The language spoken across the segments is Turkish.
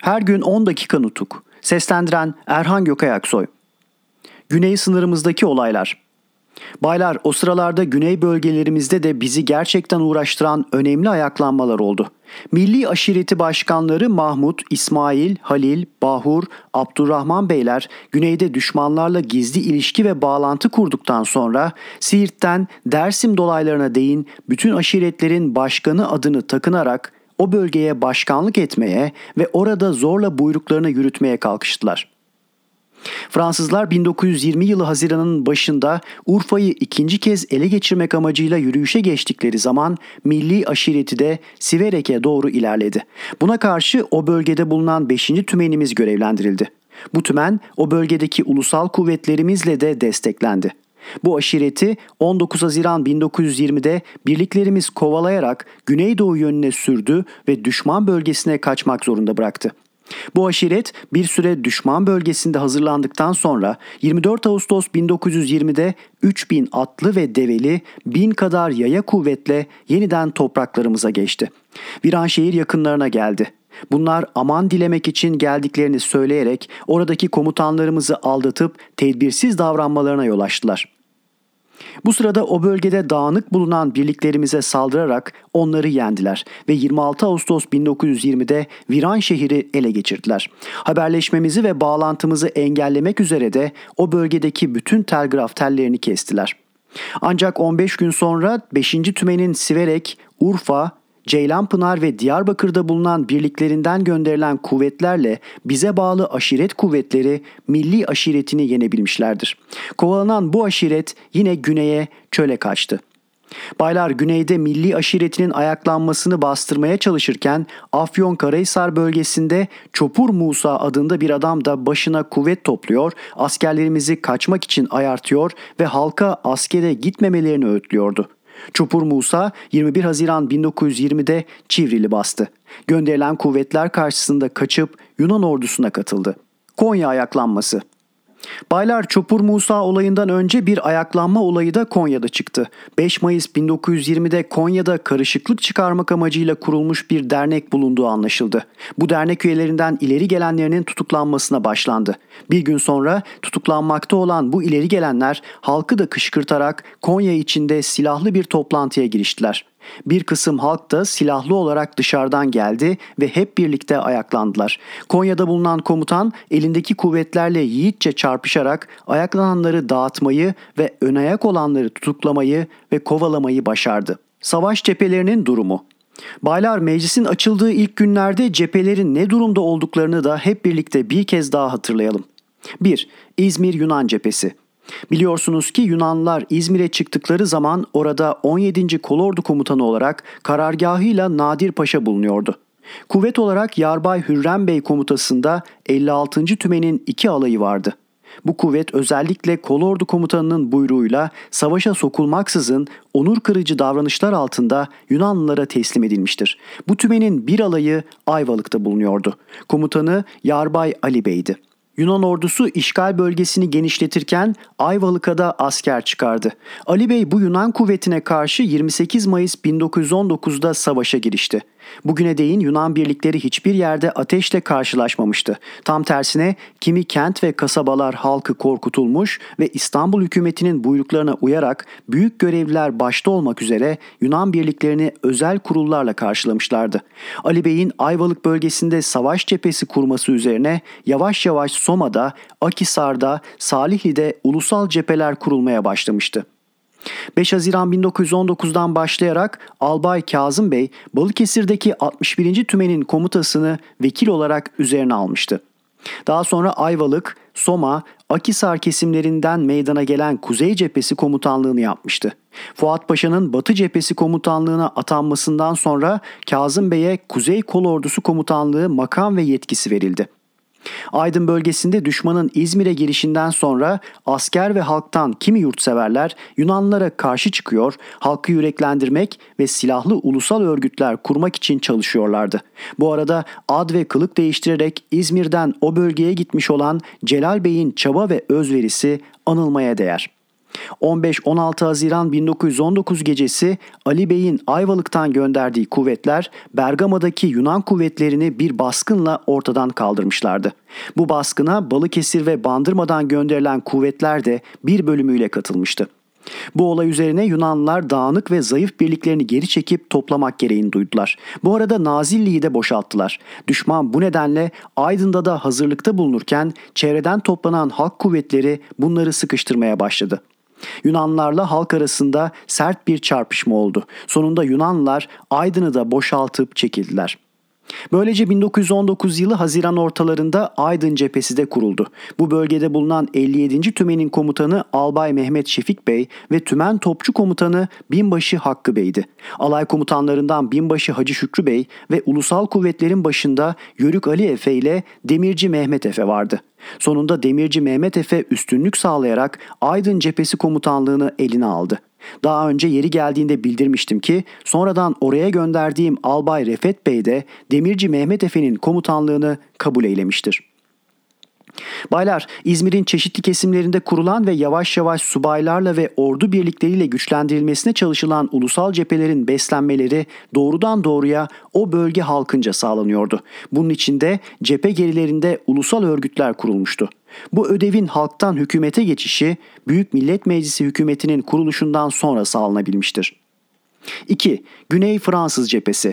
Her gün 10 dakika nutuk. Seslendiren Erhan Gökayaksoy. Güney sınırımızdaki olaylar. Baylar, o sıralarda güney bölgelerimizde de bizi gerçekten uğraştıran önemli ayaklanmalar oldu. Milli aşireti başkanları Mahmut, İsmail, Halil, Bahur, Abdurrahman Beyler güneyde düşmanlarla gizli ilişki ve bağlantı kurduktan sonra Siirt'ten Dersim dolaylarına değin bütün aşiretlerin başkanı adını takınarak o bölgeye başkanlık etmeye ve orada zorla buyruklarını yürütmeye kalkıştılar. Fransızlar 1920 yılı Haziran'ın başında Urfa'yı ikinci kez ele geçirmek amacıyla yürüyüşe geçtikleri zaman milli aşireti de Siverek'e doğru ilerledi. Buna karşı o bölgede bulunan 5. tümenimiz görevlendirildi. Bu tümen o bölgedeki ulusal kuvvetlerimizle de desteklendi. Bu aşireti 19 Haziran 1920'de birliklerimiz kovalayarak Güneydoğu yönüne sürdü ve düşman bölgesine kaçmak zorunda bıraktı. Bu aşiret bir süre düşman bölgesinde hazırlandıktan sonra 24 Ağustos 1920'de 3000 atlı ve develi 1000 kadar yaya kuvvetle yeniden topraklarımıza geçti. Viranşehir yakınlarına geldi. Bunlar aman dilemek için geldiklerini söyleyerek oradaki komutanlarımızı aldatıp tedbirsiz davranmalarına yol açtılar. Bu sırada o bölgede dağınık bulunan birliklerimize saldırarak onları yendiler ve 26 Ağustos 1920'de Viranşehir'i ele geçirdiler. Haberleşmemizi ve bağlantımızı engellemek üzere de o bölgedeki bütün telgraf tellerini kestiler. Ancak 15 gün sonra 5. Tümen'in Siverek, Urfa, Ceylanpınar ve Diyarbakır'da bulunan birliklerinden gönderilen kuvvetlerle bize bağlı aşiret kuvvetleri milli aşiretini yenebilmişlerdir. Kovalanan bu aşiret yine güneye, çöle kaçtı. Baylar, güneyde milli aşiretinin ayaklanmasını bastırmaya çalışırken Afyonkarahisar bölgesinde Çopur Musa adında bir adam da başına kuvvet topluyor, askerlerimizi kaçmak için ayartıyor ve halka askere gitmemelerini öğütlüyordu. Çopur Musa 21 Haziran 1920'de Çivril'i bastı. Gönderilen kuvvetler karşısında kaçıp Yunan ordusuna katıldı. Konya ayaklanması. Baylar, Çopur Musa olayından önce bir ayaklanma olayı da Konya'da çıktı. 5 Mayıs 1920'de Konya'da karışıklık çıkarmak amacıyla kurulmuş bir dernek bulunduğu anlaşıldı. Bu dernek üyelerinden ileri gelenlerinin tutuklanmasına başlandı. Bir gün sonra tutuklanmakta olan bu ileri gelenler halkı da kışkırtarak Konya içinde silahlı bir toplantıya giriştiler. Bir kısım halk da silahlı olarak dışarıdan geldi ve hep birlikte ayaklandılar. Konya'da bulunan komutan elindeki kuvvetlerle yiğitçe çarpışarak ayaklananları dağıtmayı ve ön ayak olanları tutuklamayı ve kovalamayı başardı. Savaş cephelerinin durumu. Baylar, meclisin açıldığı ilk günlerde cephelerin ne durumda olduklarını da hep birlikte bir kez daha hatırlayalım. 1. İzmir Yunan Cephesi. Biliyorsunuz ki Yunanlılar İzmir'e çıktıkları zaman orada 17. Kolordu Komutanı olarak karargahıyla Nadir Paşa bulunuyordu. Kuvvet olarak Yarbay Hürrem Bey komutasında 56. Tümen'in 2 alayı vardı. Bu kuvvet özellikle Kolordu Komutanı'nın buyruğuyla savaşa sokulmaksızın onur kırıcı davranışlar altında Yunanlılara teslim edilmiştir. Bu tümenin bir alayı Ayvalık'ta bulunuyordu. Komutanı Yarbay Ali Bey'di. Yunan ordusu işgal bölgesini genişletirken Ayvalık'a da asker çıkardı. Ali Bey bu Yunan kuvvetine karşı 28 Mayıs 1919'da savaşa girişti. Bugüne değin Yunan birlikleri hiçbir yerde ateşle karşılaşmamıştı. Tam tersine kimi kent ve kasabalar halkı korkutulmuş ve İstanbul hükümetinin buyruklarına uyarak büyük görevliler başta olmak üzere Yunan birliklerini özel kurullarla karşılamışlardı. Ali Bey'in Ayvalık bölgesinde savaş cephesi kurması üzerine yavaş yavaş Soma'da, Akhisar'da, Salihli'de ulusal cepheler kurulmaya başlamıştı. 5 Haziran 1919'dan başlayarak Albay Kazım Bey Balıkesir'deki 61. Tümen'in komutasını vekil olarak üzerine almıştı. Daha sonra Ayvalık, Soma, Akhisar kesimlerinden meydana gelen Kuzey Cephesi komutanlığını yapmıştı. Fuat Paşa'nın Batı Cephesi komutanlığına atanmasından sonra Kazım Bey'e Kuzey Kolordusu komutanlığı makam ve yetkisi verildi. Aydın bölgesinde düşmanın İzmir'e girişinden sonra asker ve halktan kimi yurtseverler Yunanlılara karşı çıkıyor, halkı yüreklendirmek ve silahlı ulusal örgütler kurmak için çalışıyorlardı. Bu arada ad ve kılık değiştirerek İzmir'den o bölgeye gitmiş olan Celal Bey'in çaba ve özverisi anılmaya değer. 15-16 Haziran 1919 gecesi Ali Bey'in Ayvalık'tan gönderdiği kuvvetler Bergama'daki Yunan kuvvetlerini bir baskınla ortadan kaldırmışlardı. Bu baskına Balıkesir ve Bandırma'dan gönderilen kuvvetler de bir bölümüyle katılmıştı. Bu olay üzerine Yunanlılar dağınık ve zayıf birliklerini geri çekip toplamak gereğini duydular. Bu arada Nazilli'yi de boşalttılar. Düşman bu nedenle Aydın'da da hazırlıkta bulunurken çevreden toplanan halk kuvvetleri bunları sıkıştırmaya başladı. Yunanlılarla halk arasında sert bir çarpışma oldu. Sonunda Yunanlılar Aydın'ı da boşaltıp çekildiler. Böylece 1919 yılı Haziran ortalarında Aydın cephesi de kuruldu. Bu bölgede bulunan 57. Tümen'in komutanı Albay Mehmet Şefik Bey ve Tümen Topçu Komutanı Binbaşı Hakkı Bey'di. Alay komutanlarından Binbaşı Hacı Şükrü Bey ve ulusal kuvvetlerin başında Yörük Ali Efe ile Demirci Mehmet Efe vardı. Sonunda Demirci Mehmet Efe üstünlük sağlayarak Aydın cephesi komutanlığını eline aldı. Daha önce yeri geldiğinde bildirmiştim ki sonradan oraya gönderdiğim Albay Refet Bey de Demirci Mehmet Efe'nin komutanlığını kabul eylemiştir. Baylar, İzmir'in çeşitli kesimlerinde kurulan ve yavaş yavaş subaylarla ve ordu birlikleriyle güçlendirilmesine çalışılan ulusal cephelerin beslenmeleri doğrudan doğruya o bölge halkınca sağlanıyordu. Bunun için de cephe gerilerinde ulusal örgütler kurulmuştu. Bu ödevin halktan hükümete geçişi Büyük Millet Meclisi hükümetinin kuruluşundan sonra sağlanabilmiştir. 2. Güney Fransız cephesi.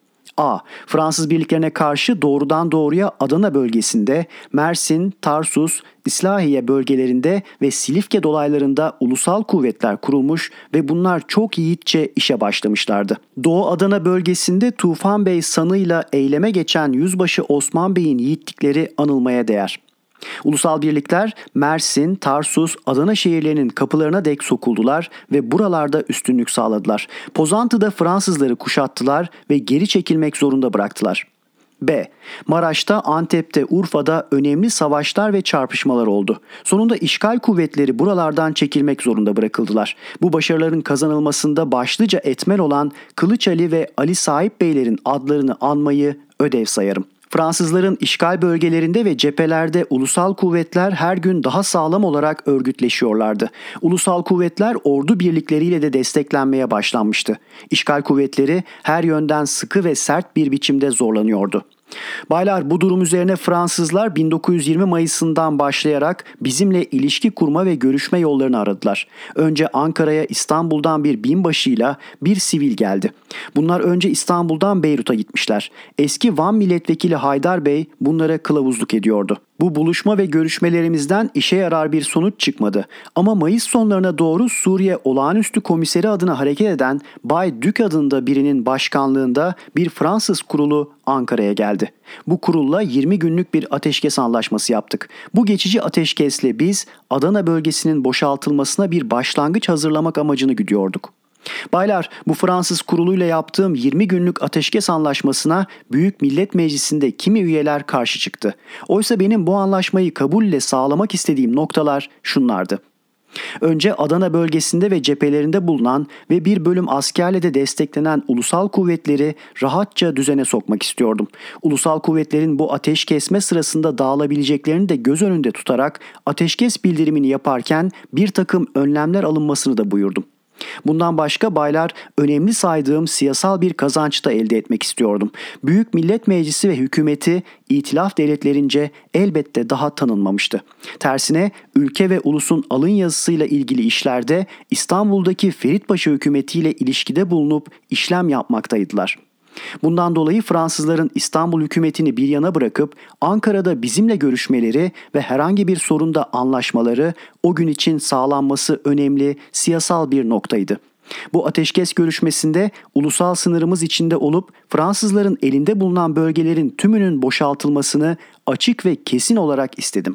A. Fransız birliklerine karşı doğrudan doğruya Adana bölgesinde, Mersin, Tarsus, İslahiye bölgelerinde ve Silifke dolaylarında ulusal kuvvetler kurulmuş ve bunlar çok yiğitçe işe başlamışlardı. Doğu Adana bölgesinde Tufan Bey sanıyla eyleme geçen Yüzbaşı Osman Bey'in yiğitlikleri anılmaya değer. Ulusal birlikler Mersin, Tarsus, Adana şehirlerinin kapılarına dek sokuldular ve buralarda üstünlük sağladılar. Pozantı'da Fransızları kuşattılar ve geri çekilmek zorunda bıraktılar. B. Maraş'ta, Antep'te, Urfa'da önemli savaşlar ve çarpışmalar oldu. Sonunda işgal kuvvetleri buralardan çekilmek zorunda bırakıldılar. Bu başarıların kazanılmasında başlıca etmen olan Kılıç Ali ve Ali Sahip Beylerin adlarını anmayı ödev sayarım. Fransızların işgal bölgelerinde ve cephelerde ulusal kuvvetler her gün daha sağlam olarak örgütleşiyorlardı. Ulusal kuvvetler ordu birlikleriyle de desteklenmeye başlanmıştı. İşgal kuvvetleri her yönden sıkı ve sert bir biçimde zorlanıyordu. Baylar, bu durum üzerine Fransızlar 1920 Mayıs'ından başlayarak bizimle ilişki kurma ve görüşme yollarını aradılar. Önce Ankara'ya İstanbul'dan bir binbaşıyla bir sivil geldi. Bunlar önce İstanbul'dan Beyrut'a gitmişler. Eski Van milletvekili Haydar Bey bunlara kılavuzluk ediyordu. Bu buluşma ve görüşmelerimizden işe yarar bir sonuç çıkmadı. Ama Mayıs sonlarına doğru Suriye Olağanüstü Komiseri adına hareket eden Bay Dük adında birinin başkanlığında bir Fransız kurulu Ankara'ya geldi. Bu kurulla 20 günlük bir ateşkes anlaşması yaptık. Bu geçici ateşkesle biz Adana bölgesinin boşaltılmasına bir başlangıç hazırlamak amacını güdüyorduk. Baylar, bu Fransız kuruluyla yaptığım 20 günlük ateşkes anlaşmasına Büyük Millet Meclisi'nde kimi üyeler karşı çıktı. Oysa benim bu anlaşmayı kabulle sağlamak istediğim noktalar şunlardı. Önce Adana bölgesinde ve cephelerinde bulunan ve bir bölüm askerle de desteklenen ulusal kuvvetleri rahatça düzene sokmak istiyordum. Ulusal kuvvetlerin bu ateş kesme sırasında dağılabileceklerini de göz önünde tutarak ateşkes bildirimini yaparken bir takım önlemler alınmasını da buyurdum. Bundan başka baylar, önemli saydığım siyasal bir kazanç da elde etmek istiyordum. Büyük Millet Meclisi ve hükümeti İtilaf devletlerince elbette daha tanınmamıştı. Tersine ülke ve ulusun alın yazısıyla ilgili işlerde İstanbul'daki Feritpaşa hükümetiyle ilişkide bulunup işlem yapmaktaydılar. Bundan dolayı Fransızların İstanbul hükümetini bir yana bırakıp Ankara'da bizimle görüşmeleri ve herhangi bir sorunda anlaşmaları o gün için sağlanması önemli siyasal bir noktaydı. Bu ateşkes görüşmesinde ulusal sınırımız içinde olup Fransızların elinde bulunan bölgelerin tümünün boşaltılmasını açık ve kesin olarak istedim.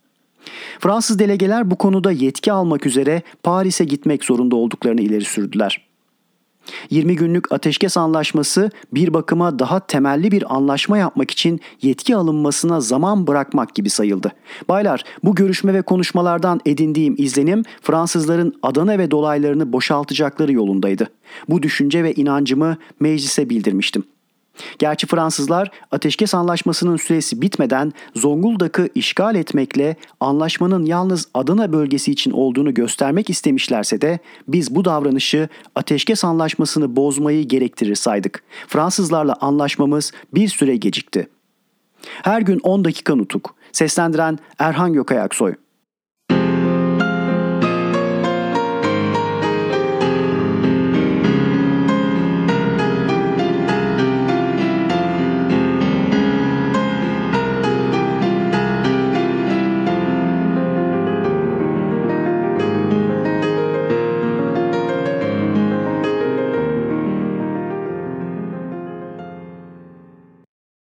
Fransız delegeler bu konuda yetki almak üzere Paris'e gitmek zorunda olduklarını ileri sürdüler. 20 günlük ateşkes anlaşması bir bakıma daha temelli bir anlaşma yapmak için yetki alınmasına zaman bırakmak gibi sayıldı. Baylar, bu görüşme ve konuşmalardan edindiğim izlenim Fransızların Adana ve dolaylarını boşaltacakları yolundaydı. Bu düşünce ve inancımı meclise bildirmiştim. Gerçi Fransızlar ateşkes anlaşmasının süresi bitmeden Zonguldak'ı işgal etmekle anlaşmanın yalnız Adana bölgesi için olduğunu göstermek istemişlerse de biz bu davranışı ateşkes anlaşmasını bozmayı gerektirir saydık. Fransızlarla anlaşmamız bir süre gecikti. Her gün 10 dakika nutuk. Seslendiren Erhan Gökayaksoy.